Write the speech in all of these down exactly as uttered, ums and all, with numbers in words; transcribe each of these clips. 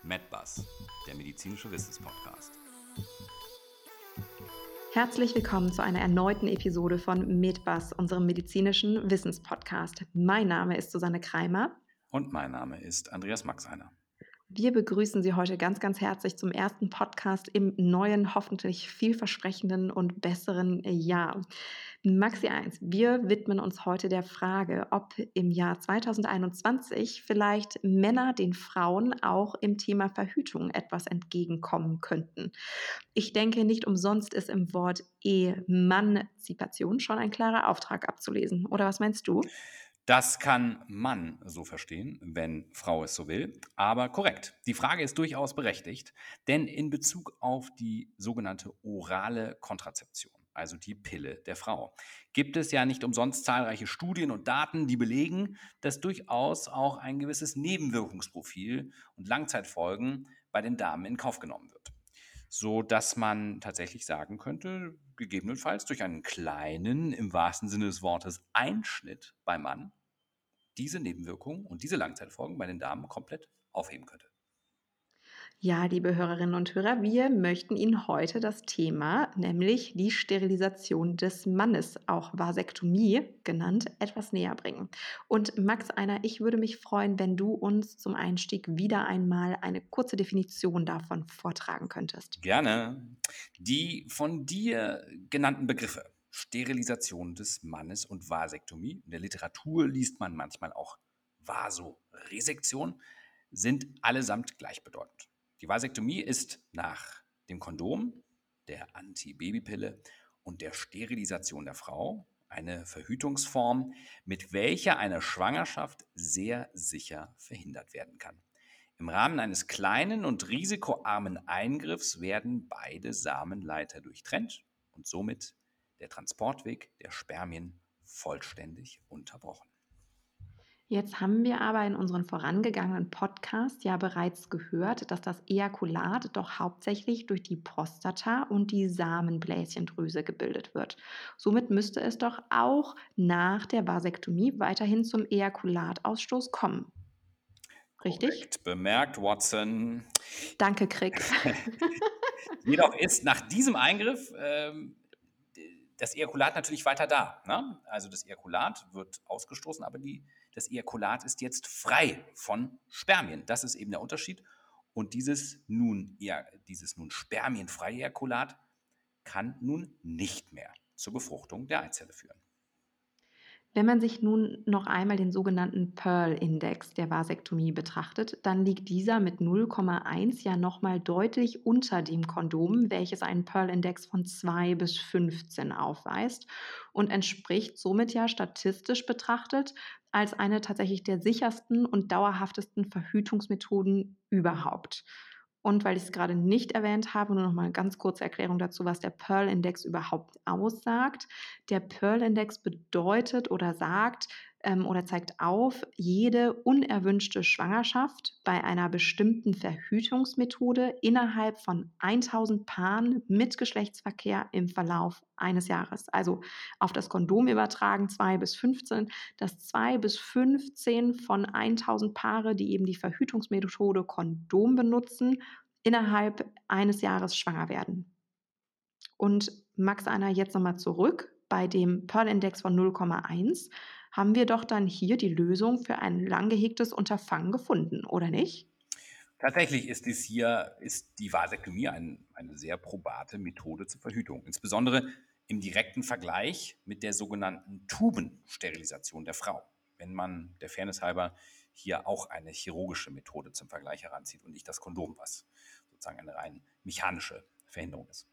MedBus, der medizinische Wissenspodcast. Herzlich willkommen zu einer erneuten Episode von MedBus, unserem medizinischen Wissenspodcast. Mein Name ist Susanne Kreimer. Und mein Name ist Andreas Maxeiner. Wir begrüßen Sie heute ganz, ganz herzlich zum ersten Podcast im neuen, hoffentlich vielversprechenden und besseren Jahr. Maxi eins, wir widmen uns heute der Frage, ob im Jahr zweitausendeinundzwanzig vielleicht Männer den Frauen auch im Thema Verhütung etwas entgegenkommen könnten. Ich denke, nicht umsonst ist im Wort Emanzipation schon ein klarer Auftrag abzulesen. Oder was meinst du? Das kann man so verstehen, wenn Frau es so will, aber korrekt. Die Frage ist durchaus berechtigt, denn in Bezug auf die sogenannte orale Kontrazeption, also die Pille der Frau, gibt es ja nicht umsonst zahlreiche Studien und Daten, die belegen, dass durchaus auch ein gewisses Nebenwirkungsprofil und Langzeitfolgen bei den Damen in Kauf genommen wird. So dass man tatsächlich sagen könnte, gegebenenfalls durch einen kleinen, im wahrsten Sinne des Wortes, Einschnitt beim Mann diese Nebenwirkungen und diese Langzeitfolgen bei den Damen komplett aufheben könnte. Ja, liebe Hörerinnen und Hörer, wir möchten Ihnen heute das Thema, nämlich die Sterilisation des Mannes, auch Vasektomie genannt, etwas näher bringen. Und Max Einer, ich würde mich freuen, wenn du uns zum Einstieg wieder einmal eine kurze Definition davon vortragen könntest. Gerne. Die von dir genannten Begriffe Sterilisation des Mannes und Vasektomie, in der Literatur liest man manchmal auch Vasoresektion, sind allesamt gleichbedeutend. Die Vasektomie ist nach dem Kondom, der Antibabypille und der Sterilisation der Frau eine Verhütungsform, mit welcher eine Schwangerschaft sehr sicher verhindert werden kann. Im Rahmen eines kleinen und risikoarmen Eingriffs werden beide Samenleiter durchtrennt und somit der Transportweg der Spermien vollständig unterbrochen. Jetzt haben wir aber in unseren vorangegangenen Podcast ja bereits gehört, dass das Ejakulat doch hauptsächlich durch die Prostata und die Samenbläschendrüse gebildet wird. Somit müsste es doch auch nach der Vasektomie weiterhin zum Ejakulatausstoß kommen. Richtig? Korrekt bemerkt, Watson. Danke, Crick. Jedoch ist nach diesem Eingriff ähm, das Ejakulat natürlich weiter da. Ne? Also das Ejakulat wird ausgestoßen, aber die, das Ejakulat ist jetzt frei von Spermien. Das ist eben der Unterschied. Und dieses nun, ja, dieses nun spermienfreie Ejakulat kann nun nicht mehr zur Befruchtung der Eizelle führen. Wenn man sich nun noch einmal den sogenannten Pearl-Index der Vasektomie betrachtet, dann liegt dieser mit null Komma eins ja nochmal deutlich unter dem Kondom, welches einen Pearl-Index von zwei bis fünfzehn aufweist und entspricht somit ja statistisch betrachtet als eine tatsächlich der sichersten und dauerhaftesten Verhütungsmethoden überhaupt. Und weil ich es gerade nicht erwähnt habe, nur noch mal eine ganz kurze Erklärung dazu, was der Pearl-Index überhaupt aussagt. Der Pearl-Index bedeutet oder sagt ähm, oder zeigt auf, jede unerwünschte Schwangerschaft bei einer bestimmten Verhütungsmethode innerhalb von tausend Paaren mit Geschlechtsverkehr im Verlauf eines Jahres. Also auf das Kondom übertragen zwei bis fünfzehn, dass zwei bis fünfzehn von tausend Paare, die eben die Verhütungsmethode Kondom benutzen, innerhalb eines Jahres schwanger werden. Und Max Einer, jetzt nochmal zurück. Bei dem Pearl-Index von null Komma eins haben wir doch dann hier die Lösung für ein lang gehegtes Unterfangen gefunden, oder nicht? Tatsächlich ist dies hier, ist die Vasektomie ein, eine sehr probate Methode zur Verhütung. Insbesondere im direkten Vergleich mit der sogenannten Tubensterilisation der Frau. Wenn man der Fairness halber hier auch eine chirurgische Methode zum Vergleich heranzieht und nicht das Kondom, was sozusagen eine rein mechanische Verhinderung ist.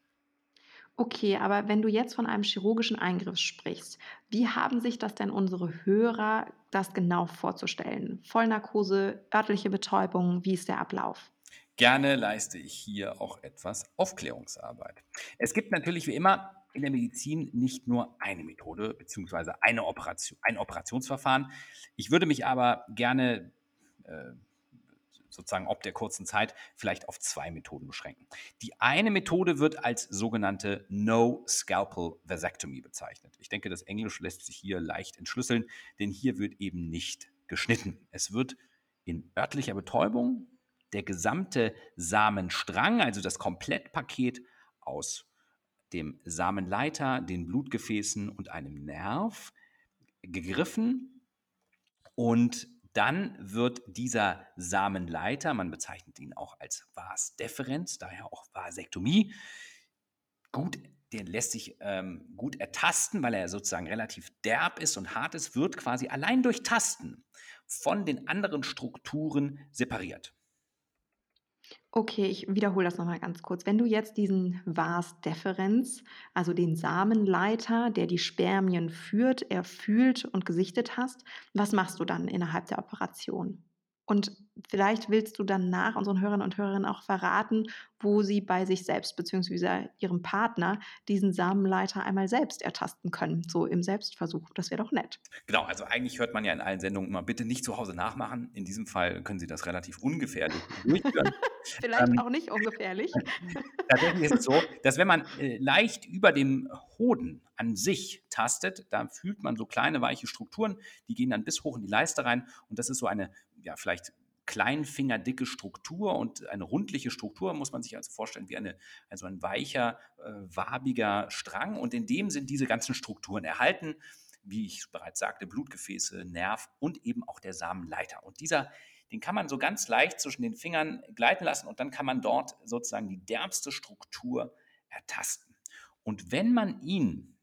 Okay, aber wenn du jetzt von einem chirurgischen Eingriff sprichst, wie haben sich das denn unsere Hörer das genau vorzustellen? Vollnarkose, örtliche Betäubung, wie ist der Ablauf? Gerne leiste ich hier auch etwas Aufklärungsarbeit. Es gibt natürlich wie immer in der Medizin nicht nur eine Methode bzw. eine Operation, ein Operationsverfahren. Ich würde mich aber gerne äh, sozusagen ob der kurzen Zeit vielleicht auf zwei Methoden beschränken. Die eine Methode wird als sogenannte No-Scalpel Vasectomy bezeichnet. Ich denke, das Englisch lässt sich hier leicht entschlüsseln, denn hier wird eben nicht geschnitten. Es wird in örtlicher Betäubung der gesamte Samenstrang, also das Komplettpaket aus dem Samenleiter, den Blutgefäßen und einem Nerv, gegriffen, und dann wird dieser Samenleiter, man bezeichnet ihn auch als Vas deferens, daher auch Vasektomie, gut, den lässt sich ähm, gut ertasten, weil er sozusagen relativ derb ist und hart ist, wird quasi allein durch Tasten von den anderen Strukturen separiert. Okay, ich wiederhole das noch mal ganz kurz. Wenn du jetzt diesen Vas deferens, also den Samenleiter, der die Spermien führt, erfüllt und gesichtet hast, was machst du dann innerhalb der Operation? Und vielleicht willst du danach unseren Hörern und Hörerinnen auch verraten, wo sie bei sich selbst beziehungsweise ihrem Partner diesen Samenleiter einmal selbst ertasten können, so im Selbstversuch. Das wäre doch nett. Genau, also eigentlich hört man ja in allen Sendungen immer, bitte nicht zu Hause nachmachen. In diesem Fall können Sie das relativ ungefährlich durchführen. Vielleicht Ähm, auch nicht ungefährlich. Tatsächlich ist es so, dass wenn man äh, leicht über dem Hoden an sich tastet, da fühlt man so kleine weiche Strukturen, die gehen dann bis hoch in die Leiste rein, und das ist so eine, ja, vielleicht kleinfingerdicke Struktur und eine rundliche Struktur, muss man sich also vorstellen, wie eine, also ein weicher, äh, wabiger Strang, und in dem sind diese ganzen Strukturen erhalten, wie ich bereits sagte, Blutgefäße, Nerv und eben auch der Samenleiter. Und dieser, den kann man so ganz leicht zwischen den Fingern gleiten lassen, und dann kann man dort sozusagen die derbste Struktur ertasten. Und wenn man ihn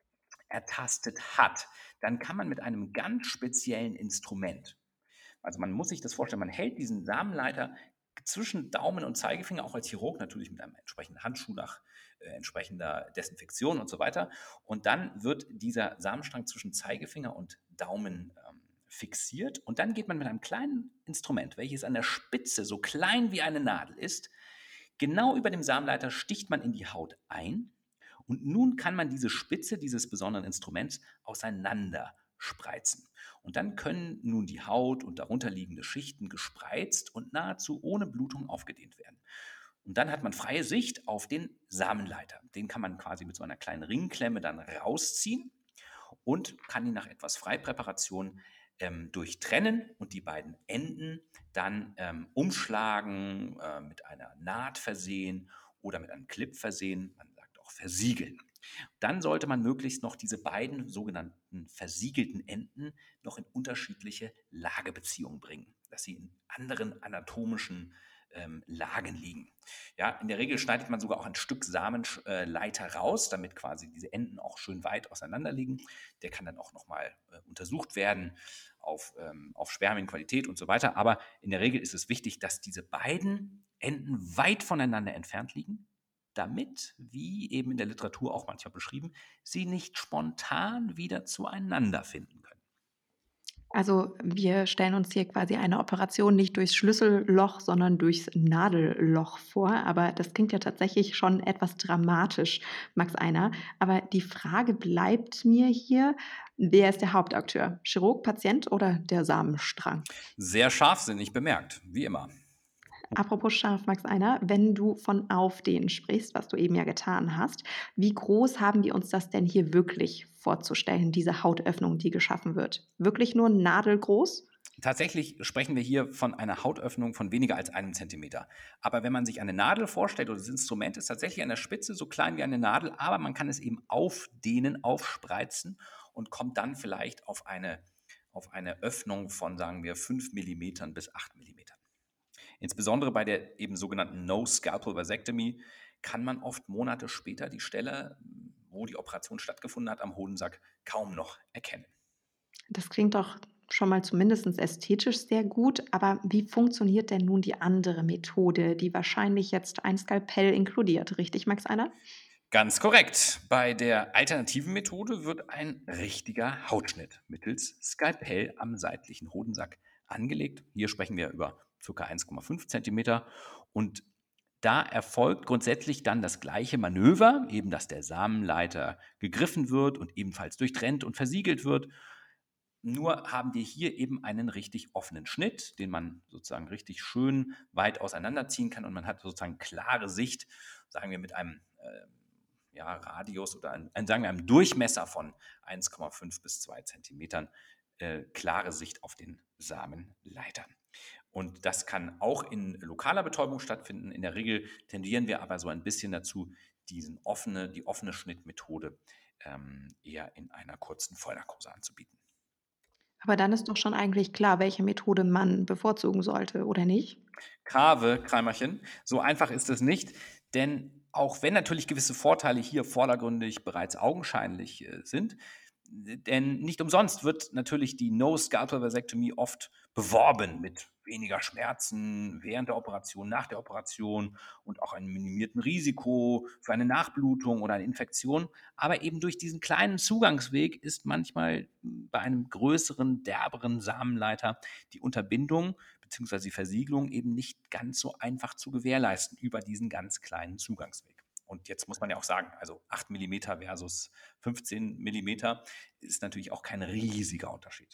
ertastet hat, dann kann man mit einem ganz speziellen Instrument, also man muss sich das vorstellen, man hält diesen Samenleiter zwischen Daumen und Zeigefinger, auch als Chirurg natürlich mit einem entsprechenden Handschuh nach äh, entsprechender Desinfektion und so weiter. Und dann wird dieser Samenstrang zwischen Zeigefinger und Daumen ähm, fixiert. Und dann geht man mit einem kleinen Instrument, welches an der Spitze so klein wie eine Nadel ist, genau über dem Samenleiter sticht man in die Haut ein. Und nun kann man diese Spitze dieses besonderen Instruments auseinander spreizen. Und dann können nun die Haut und darunterliegende Schichten gespreizt und nahezu ohne Blutung aufgedehnt werden. Und dann hat man freie Sicht auf den Samenleiter. Den kann man quasi mit so einer kleinen Ringklemme dann rausziehen und kann ihn nach etwas Freipräparation ähm, durchtrennen und die beiden Enden dann ähm, umschlagen, äh, mit einer Naht versehen oder mit einem Clip versehen. Man sagt auch versiegeln. Dann sollte man möglichst noch diese beiden sogenannten versiegelten Enden noch in unterschiedliche Lagebeziehungen bringen, dass sie in anderen anatomischen ähm, Lagen liegen. Ja, in der Regel schneidet man sogar auch ein Stück Samenleiter raus, damit quasi diese Enden auch schön weit auseinander liegen. Der kann dann auch nochmal äh, untersucht werden auf, ähm, auf Spermienqualität und so weiter. Aber in der Regel ist es wichtig, dass diese beiden Enden weit voneinander entfernt liegen, damit, wie eben in der Literatur auch manchmal beschrieben, sie nicht spontan wieder zueinander finden können. Also, wir stellen uns hier quasi eine Operation nicht durchs Schlüsselloch, sondern durchs Nadelloch vor. Aber das klingt ja tatsächlich schon etwas dramatisch, Max Einer. Aber die Frage bleibt mir hier: Wer ist der Hauptakteur? Chirurg, Patient oder der Samenstrang? Sehr scharfsinnig bemerkt, wie immer. Apropos scharf, Max Einer, wenn du von Aufdehnen sprichst, was du eben ja getan hast, wie groß haben wir uns das denn hier wirklich vorzustellen, diese Hautöffnung, die geschaffen wird? Wirklich nur nadelgroß? Tatsächlich sprechen wir hier von einer Hautöffnung von weniger als einem Zentimeter. Aber wenn man sich eine Nadel vorstellt, oder das Instrument ist tatsächlich an der Spitze so klein wie eine Nadel, aber man kann es eben aufdehnen, aufspreizen und kommt dann vielleicht auf eine, auf eine Öffnung von, sagen wir, fünf Millimetern bis acht Millimetern. Insbesondere bei der eben sogenannten No-Scalpel Vasectomy kann man oft Monate später die Stelle, wo die Operation stattgefunden hat, am Hodensack kaum noch erkennen. Das klingt doch schon mal zumindest ästhetisch sehr gut, aber wie funktioniert denn nun die andere Methode, die wahrscheinlich jetzt ein Skalpell inkludiert, richtig, Max Einer? Ganz korrekt. Bei der alternativen Methode wird ein richtiger Hautschnitt mittels Skalpell am seitlichen Hodensack angelegt. Hier sprechen wir über ca. eins Komma fünf Zentimeter. Und da erfolgt grundsätzlich dann das gleiche Manöver, eben dass der Samenleiter gegriffen wird und ebenfalls durchtrennt und versiegelt wird. Nur haben wir hier eben einen richtig offenen Schnitt, den man sozusagen richtig schön weit auseinanderziehen kann, und man hat sozusagen klare Sicht, sagen wir mit einem äh, ja, Radius oder ein, ein, sagen wir einem Durchmesser von eins Komma fünf bis zwei Zentimetern äh, klare Sicht auf den Samenleiter. Und das kann auch in lokaler Betäubung stattfinden. In der Regel tendieren wir aber so ein bisschen dazu, diesen offene, die offene Schnittmethode ähm, eher in einer kurzen Vollnarkose anzubieten. Aber dann ist doch schon eigentlich klar, welche Methode man bevorzugen sollte, oder nicht? Grave, Krämerchen, so einfach ist es nicht, denn auch wenn natürlich gewisse Vorteile hier vordergründig bereits augenscheinlich äh, sind, denn nicht umsonst wird natürlich die No-Scalpel-Vasektomie oft beworben mit weniger Schmerzen während der Operation, nach der Operation und auch einem minimierten Risiko für eine Nachblutung oder eine Infektion. Aber eben durch diesen kleinen Zugangsweg ist manchmal bei einem größeren, derberen Samenleiter die Unterbindung bzw. die Versiegelung eben nicht ganz so einfach zu gewährleisten über diesen ganz kleinen Zugangsweg. Und jetzt muss man ja auch sagen, also acht Millimeter versus fünfzehn Millimeter ist natürlich auch kein riesiger Unterschied.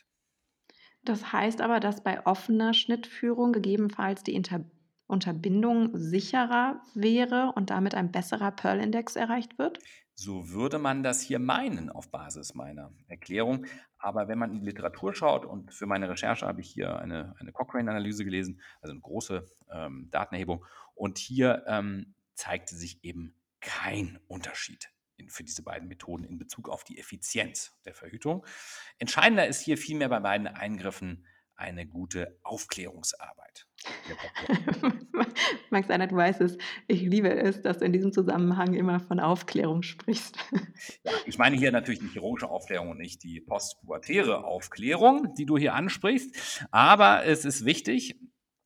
Das heißt aber, dass bei offener Schnittführung gegebenenfalls die Inter Unterbindung sicherer wäre und damit ein besserer Pearl-Index erreicht wird? So würde man das hier meinen auf Basis meiner Erklärung. Aber wenn man in die Literatur schaut, und für meine Recherche habe ich hier eine, eine Cochrane-Analyse gelesen, also eine große ähm, Datenerhebung, und hier ähm, zeigte sich eben kein Unterschied in, für diese beiden Methoden in Bezug auf die Effizienz der Verhütung. Entscheidender ist hier vielmehr bei beiden Eingriffen eine gute Aufklärungsarbeit der Patienten. Max Ernst, du weißt es, ich liebe es, dass du in diesem Zusammenhang immer von Aufklärung sprichst. Ja, ich meine hier natürlich die chirurgische Aufklärung und nicht die postpubertäre Aufklärung, die du hier ansprichst. Aber es ist wichtig,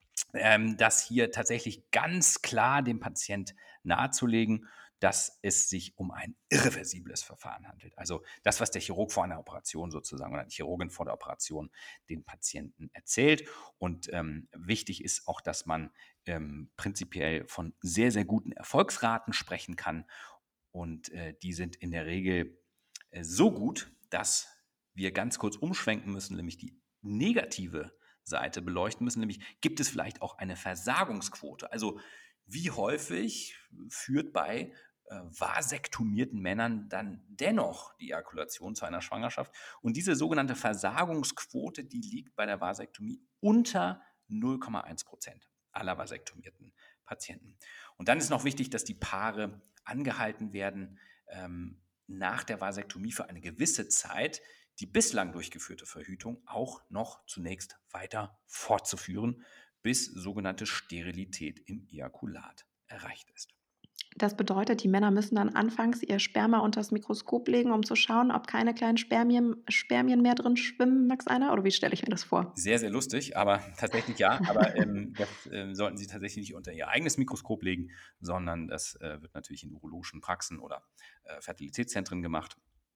ähm, das hier tatsächlich ganz klar dem Patient nahezulegen, dass es sich um ein irreversibles Verfahren handelt. Also das, was der Chirurg vor einer Operation sozusagen oder die Chirurgin vor der Operation den Patienten erzählt. Und ähm, wichtig ist auch, dass man ähm, prinzipiell von sehr, sehr guten Erfolgsraten sprechen kann. Und äh, die sind in der Regel äh, so gut, dass wir ganz kurz umschwenken müssen, nämlich die negative Seite beleuchten müssen, nämlich gibt es vielleicht auch eine Versagungsquote? Also wie häufig führt bei äh, vasektomierten Männern dann dennoch die Ejakulation zu einer Schwangerschaft? Und diese sogenannte Versagungsquote, die liegt bei der Vasektomie unter null Komma eins Prozent aller vasektomierten Patienten. Und dann ist noch wichtig, dass die Paare angehalten werden, ähm, nach der Vasektomie für eine gewisse Zeit die bislang durchgeführte Verhütung auch noch zunächst weiter fortzuführen, bis sogenannte Sterilität im Ejakulat erreicht ist. Das bedeutet, die Männer müssen dann anfangs ihr Sperma unters Mikroskop legen, um zu schauen, ob keine kleinen Spermien Spermien mehr drin schwimmen, Max Einer? Oder wie stelle ich mir das vor? Sehr, sehr lustig, aber tatsächlich ja. Aber ähm, das ähm, sollten Sie tatsächlich nicht unter Ihr eigenes Mikroskop legen, sondern das äh, wird natürlich in urologischen Praxen oder äh, Fertilitätszentren gemacht.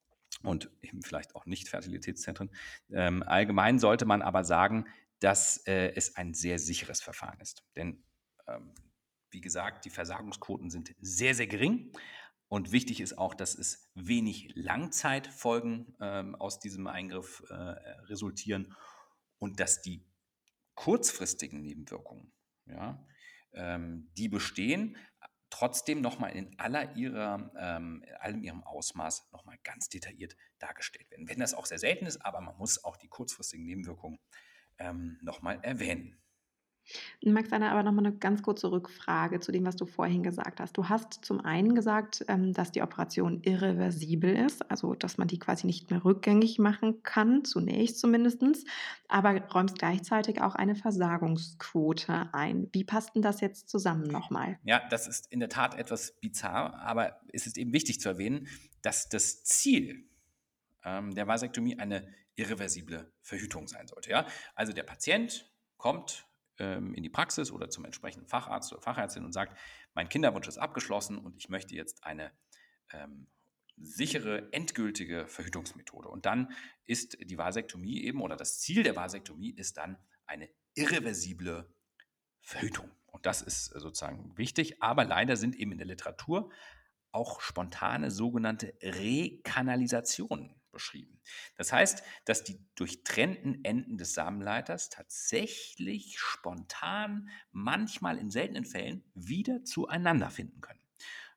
Und eben vielleicht auch nicht Fertilitätszentren. Ähm, allgemein sollte man aber sagen, dass äh, es ein sehr sicheres Verfahren ist. Denn, ähm, wie gesagt, die Versagungsquoten sind sehr, sehr gering. Und wichtig ist auch, dass es wenig Langzeitfolgen ähm, aus diesem Eingriff äh, resultieren und dass die kurzfristigen Nebenwirkungen, ja, ähm, die bestehen, trotzdem nochmal in aller ihrer, ähm, in allem ihrem Ausmaß nochmal ganz detailliert dargestellt werden. Wenn das auch sehr selten ist, aber man muss auch die kurzfristigen Nebenwirkungen ähm, nochmal erwähnen. Max, Einer, aber noch mal 'ne ganz kurze Rückfrage zu dem, was du vorhin gesagt hast. Du hast zum einen gesagt, ähm, dass die Operation irreversibel ist, also dass man die quasi nicht mehr rückgängig machen kann, zunächst zumindestens, aber räumst gleichzeitig auch eine Versagungsquote ein. Wie passt denn das jetzt zusammen noch mal? Ja, das ist in der Tat etwas bizarr, aber es ist eben wichtig zu erwähnen, dass das Ziel ähm, der Vasektomie eine irreversible Verhütung sein sollte. Ja? Also der Patient kommt ähm, in die Praxis oder zum entsprechenden Facharzt oder Fachärztin und sagt, mein Kinderwunsch ist abgeschlossen und ich möchte jetzt eine ähm, sichere, endgültige Verhütungsmethode. Und dann ist die Vasektomie eben, oder das Ziel der Vasektomie ist dann eine irreversible Verhütung. Und das ist sozusagen wichtig, aber leider sind eben in der Literatur auch spontane sogenannte Rekanalisationen beschrieben. Das heißt, dass die durchtrennten Enden des Samenleiters tatsächlich spontan, manchmal in seltenen Fällen, wieder zueinander finden können.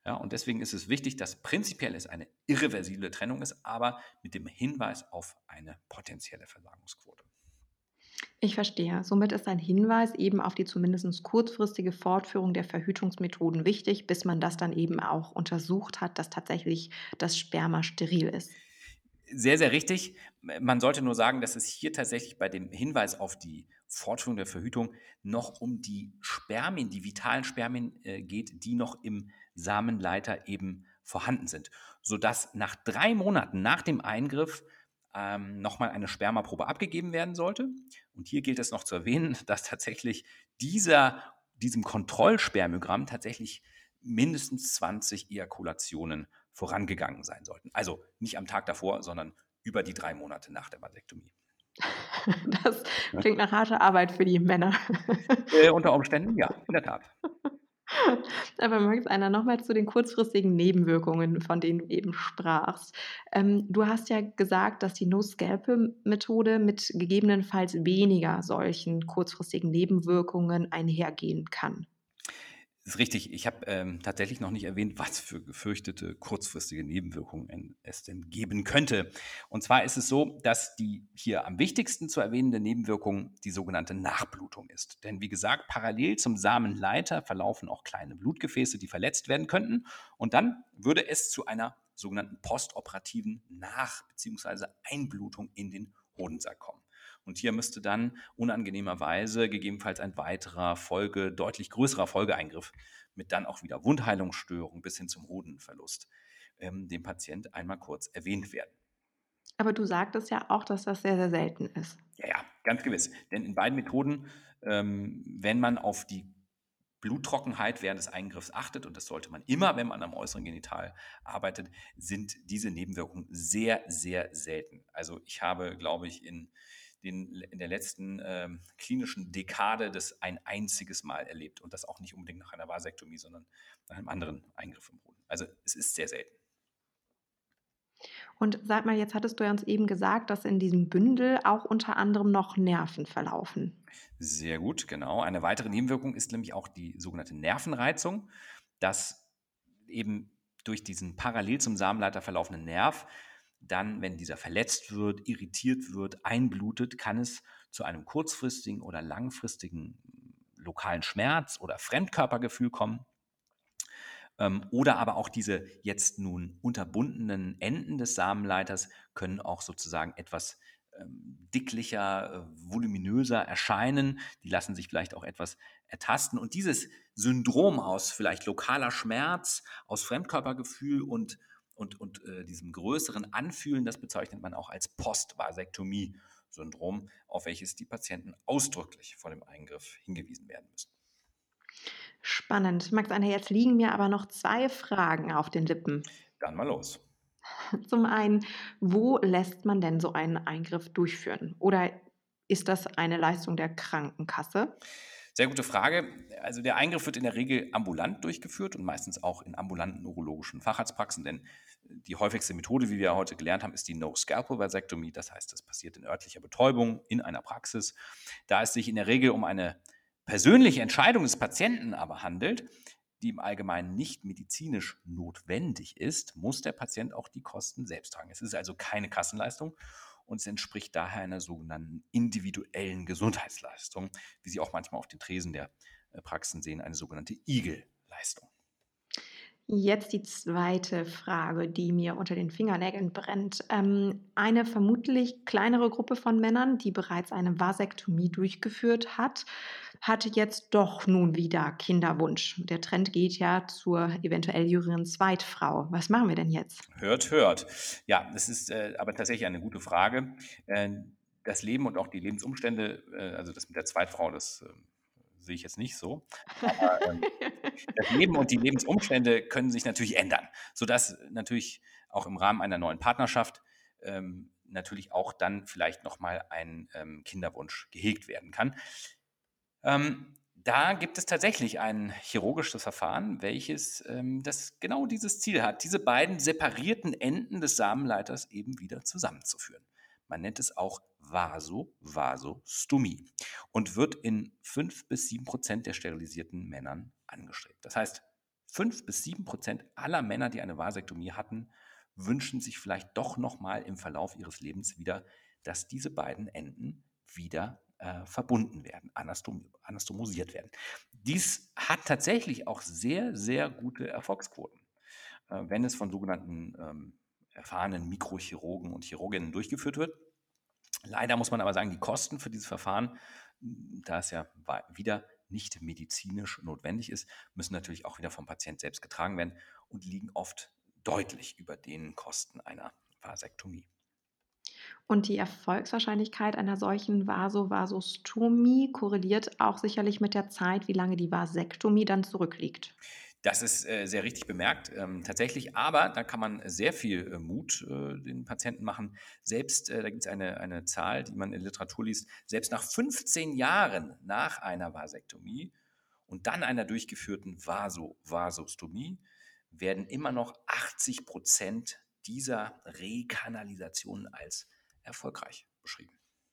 Ja, und deswegen ist es wichtig, dass prinzipiell es eine irreversible Trennung ist, aber mit dem Hinweis auf eine potenzielle Versagungsquote. Ich verstehe. Somit ist ein Hinweis eben auf die zumindest kurzfristige Fortführung der Verhütungsmethoden wichtig, bis man das dann eben auch untersucht hat, dass tatsächlich das Sperma steril ist. Sehr, sehr richtig. Man sollte nur sagen, dass es hier tatsächlich bei dem Hinweis auf die Fortführung der Verhütung noch um die Spermien, die vitalen Spermien äh, geht, die noch im Samenleiter eben vorhanden sind, sodass nach drei Monaten nach dem Eingriff ähm, nochmal eine Spermaprobe abgegeben werden sollte. Und hier gilt es noch zu erwähnen, dass tatsächlich dieser, diesem Kontrollspermiogramm tatsächlich mindestens zwanzig Ejakulationen vorangegangen sein sollten. Also nicht am Tag davor, sondern über die drei Monate nach der Vasektomie. Das klingt nach harter Arbeit für die Männer. Äh, unter Umständen ja, in der Tat. Aber Max, einer noch mal zu den kurzfristigen Nebenwirkungen, von denen du eben sprachst. Ähm, du hast ja gesagt, dass die No-Scalpel-Methode mit gegebenenfalls weniger solchen kurzfristigen Nebenwirkungen einhergehen kann. Das ist richtig. Ich habe ähm, tatsächlich noch nicht erwähnt, was für gefürchtete kurzfristige Nebenwirkungen es denn geben könnte. Und zwar ist es so, dass die hier am wichtigsten zu erwähnende Nebenwirkung die sogenannte Nachblutung ist. Denn wie gesagt, parallel zum Samenleiter verlaufen auch kleine Blutgefäße, die verletzt werden könnten. Und dann würde es zu einer sogenannten postoperativen Nach- bzw. Einblutung in den Hodensack kommen. Und hier müsste dann unangenehmerweise gegebenenfalls ein weiterer Folge, deutlich größerer Folgeeingriff mit dann auch wieder Wundheilungsstörung bis hin zum Hodenverlust ähm, dem Patient einmal kurz erwähnt werden. Aber du sagtest ja auch, dass das sehr, sehr selten ist. Ja, ja, ganz gewiss. Denn in beiden Methoden, ähm, wenn man auf die Bluttrockenheit während des Eingriffs achtet, und das sollte man immer, wenn man am äußeren Genital arbeitet, sind diese Nebenwirkungen sehr, sehr selten. Also ich habe, glaube ich, in, den, in der letzten ähm, klinischen Dekade das ein einziges Mal erlebt und das auch nicht unbedingt nach einer Vasektomie, sondern nach einem anderen Eingriff im Hoden. Also es ist sehr selten. Und sag mal, jetzt hattest du ja uns eben gesagt, dass in diesem Bündel auch unter anderem noch Nerven verlaufen. Sehr gut, genau. Eine weitere Nebenwirkung ist nämlich auch die sogenannte Nervenreizung, dass eben durch diesen parallel zum Samenleiter verlaufenden Nerv dann, wenn dieser verletzt wird, irritiert wird, einblutet, kann es zu einem kurzfristigen oder langfristigen lokalen Schmerz oder Fremdkörpergefühl kommen. Ähm, oder aber auch diese jetzt nun unterbundenen Enden des Samenleiters können auch sozusagen etwas ähm, dicklicher, äh, voluminöser erscheinen. Die lassen sich vielleicht auch etwas ertasten. Und dieses Syndrom aus vielleicht lokaler Schmerz, aus Fremdkörpergefühl und, und, und äh, diesem größeren Anfühlen, das bezeichnet man auch als Postvasektomie-Syndrom, auf welches die Patienten ausdrücklich vor dem Eingriff hingewiesen werden müssen. Spannend. Max, Anna, jetzt liegen mir aber noch zwei Fragen auf den Lippen. Dann mal los. Zum einen, wo lässt man denn so einen Eingriff durchführen? Oder ist das eine Leistung der Krankenkasse? Sehr gute Frage. Also der Eingriff wird in der Regel ambulant durchgeführt und meistens auch in ambulanten urologischen Facharztpraxen, denn die häufigste Methode, wie wir heute gelernt haben, ist die No-Scalpel-Vasektomie. Das heißt, das passiert in örtlicher Betäubung in einer Praxis. Da es sich in der Regel um eine persönliche Entscheidung des Patienten aber handelt, die im Allgemeinen nicht medizinisch notwendig ist, muss der Patient auch die Kosten selbst tragen. Es ist also keine Kassenleistung und es entspricht daher einer sogenannten individuellen Gesundheitsleistung, wie Sie auch manchmal auf den Tresen der äh, Praxen sehen, eine sogenannte I G E L-Leistung. Jetzt die zweite Frage, die mir unter den Fingernägeln brennt. Ähm, eine vermutlich kleinere Gruppe von Männern, die bereits eine Vasektomie durchgeführt hat, hatte jetzt doch nun wieder Kinderwunsch. Der Trend geht ja zur eventuell jüngeren Zweitfrau. Was machen wir denn jetzt? Hört, hört. Ja, das ist äh, aber tatsächlich eine gute Frage. Äh, das Leben und auch die Lebensumstände, äh, also das mit der Zweitfrau, das äh, sehe ich jetzt nicht so. Aber ähm, das Leben und die Lebensumstände können sich natürlich ändern, sodass natürlich auch im Rahmen einer neuen Partnerschaft ähm, natürlich auch dann vielleicht nochmal ein ähm, Kinderwunsch gehegt werden kann. Ähm, da gibt es tatsächlich ein chirurgisches Verfahren, welches ähm, das genau dieses Ziel hat, diese beiden separierten Enden des Samenleiters eben wieder zusammenzuführen. Man nennt es auch Vaso-Vasostomie und wird in fünf bis sieben Prozent der sterilisierten Männern angestrebt. Das heißt, Fünf bis sieben Prozent aller Männer, die eine Vasektomie hatten, wünschen sich vielleicht doch nochmal im Verlauf ihres Lebens wieder, dass diese beiden Enden wieder äh, verbunden werden, anastom anastomosiert werden. Dies hat tatsächlich auch sehr, sehr gute Erfolgsquoten, äh, wenn es von sogenannten ähm, erfahrenen Mikrochirurgen und Chirurginnen durchgeführt wird. Leider muss man aber sagen, die Kosten für dieses Verfahren, da es ja wieder nicht medizinisch notwendig ist, müssen natürlich auch wieder vom Patient selbst getragen werden und liegen oft deutlich über den Kosten einer Vasektomie. Und die Erfolgswahrscheinlichkeit einer solchen Vasovasostomie korreliert auch sicherlich mit der Zeit, wie lange die Vasektomie dann zurückliegt. Das ist äh, sehr richtig bemerkt, ähm, tatsächlich, aber da kann man sehr viel äh, Mut äh, den Patienten machen. Selbst, äh, da gibt es eine, eine Zahl, die man in der Literatur liest, selbst nach fünfzehn Jahren nach einer Vasektomie und dann einer durchgeführten Vasovasostomie werden immer noch achtzig Prozent dieser Rekanalisationen als erfolgreich beschrieben.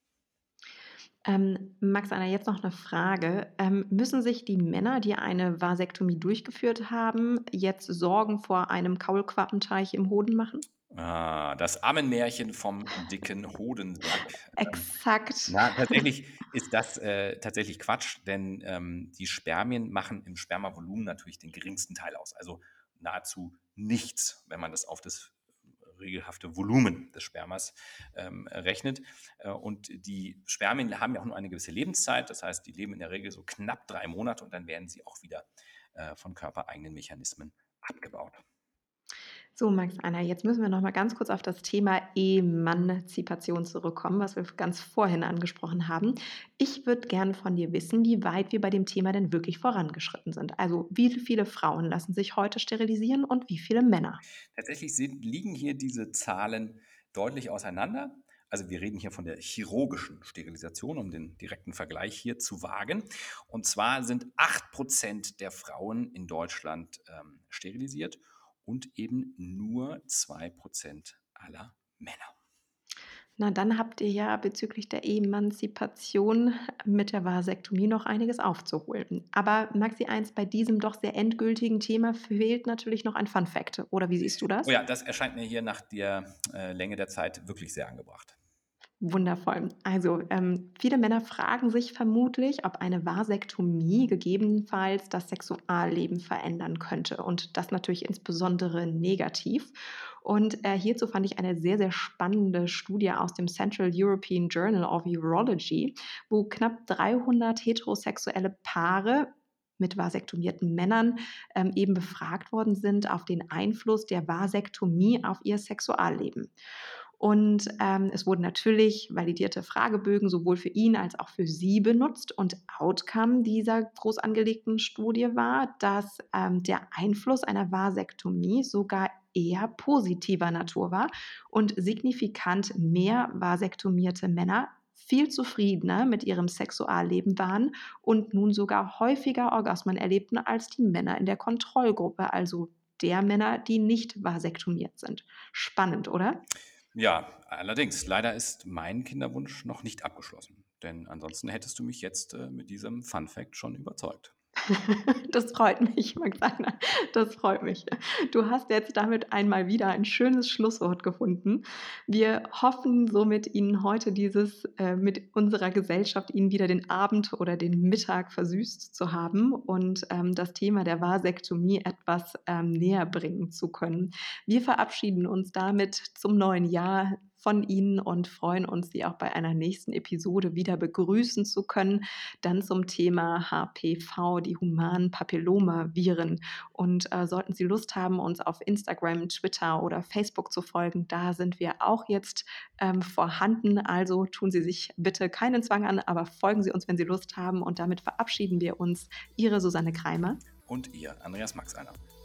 Ähm, Max, Anna, jetzt noch eine Frage. Ähm, müssen sich die Männer, die eine Vasektomie durchgeführt haben, jetzt Sorgen vor einem Kaulquappenteich im Hoden machen? Ah, das Ammenmärchen vom dicken Hodensack. Ähm, Exakt. na, tatsächlich ist das äh, tatsächlich Quatsch, denn ähm, die Spermien machen im Spermavolumen natürlich den geringsten Teil aus. Also nahezu nichts, wenn man das auf das regelhafte Volumen des Spermas ähm, rechnet. Äh, und die Spermien haben ja auch nur eine gewisse Lebenszeit. Das heißt, die leben in der Regel so knapp drei Monate und dann werden sie auch wieder äh, von körpereigenen Mechanismen abgebaut. So, Max, Anna, jetzt müssen wir noch mal ganz kurz auf das Thema Emanzipation zurückkommen, was wir ganz vorhin angesprochen haben. Ich würde gerne von dir wissen, wie weit wir bei dem Thema denn wirklich vorangeschritten sind. Also, wie viele Frauen lassen sich heute sterilisieren und wie viele Männer? Tatsächlich sind, liegen hier diese Zahlen deutlich auseinander. Also wir reden hier von der chirurgischen Sterilisation, um den direkten Vergleich hier zu wagen. Und zwar sind acht Prozent der Frauen in Deutschland ähm, sterilisiert und eben nur zwei Prozent aller Männer. Na, dann habt ihr ja bezüglich der Emanzipation mit der Vasektomie noch einiges aufzuholen. Aber Maxi eins, bei diesem doch sehr endgültigen Thema fehlt natürlich noch ein Fun Fact. Oder wie siehst du Oh das? ja, das erscheint mir hier nach der äh, Länge der Zeit wirklich sehr angebracht. Wundervoll. Also, ähm, viele Männer fragen sich vermutlich, ob eine Vasektomie gegebenenfalls das Sexualleben verändern könnte und das natürlich insbesondere negativ. Und äh, hierzu fand ich eine sehr, sehr spannende Studie aus dem Central European Journal of Urology, wo knapp dreihundert heterosexuelle Paare mit vasektomierten Männern ähm, eben befragt worden sind auf den Einfluss der Vasektomie auf ihr Sexualleben. Und ähm, es wurden natürlich validierte Fragebögen sowohl für ihn als auch für sie benutzt. Und Outcome dieser groß angelegten Studie war, dass ähm, der Einfluss einer Vasektomie sogar eher positiver Natur war und signifikant mehr vasektomierte Männer viel zufriedener mit ihrem Sexualleben waren und nun sogar häufiger Orgasmen erlebten als die Männer in der Kontrollgruppe, also der Männer, die nicht vasektomiert sind. Spannend, oder? Ja, allerdings, leider ist mein Kinderwunsch noch nicht abgeschlossen. Denn ansonsten hättest du mich jetzt äh, mit diesem Fun Fact schon überzeugt. Das freut mich, Magdalena. Das freut mich. Du hast jetzt damit einmal wieder ein schönes Schlusswort gefunden. Wir hoffen somit, Ihnen heute dieses äh, mit unserer Gesellschaft Ihnen wieder den Abend oder den Mittag versüßt zu haben und ähm, das Thema der Vasektomie etwas ähm, näher bringen zu können. Wir verabschieden uns damit zum neuen Jahr von Ihnen und freuen uns, Sie auch bei einer nächsten Episode wieder begrüßen zu können, dann zum Thema H P V, die humanen Papillomaviren. Und äh, sollten Sie Lust haben, uns auf Instagram, Twitter oder Facebook zu folgen, da sind wir auch jetzt ähm, vorhanden. Also tun Sie sich bitte keinen Zwang an, aber folgen Sie uns, wenn Sie Lust haben. Und damit verabschieden wir uns. Ihre Susanne Kreimer. Und ihr, Andreas Max einer.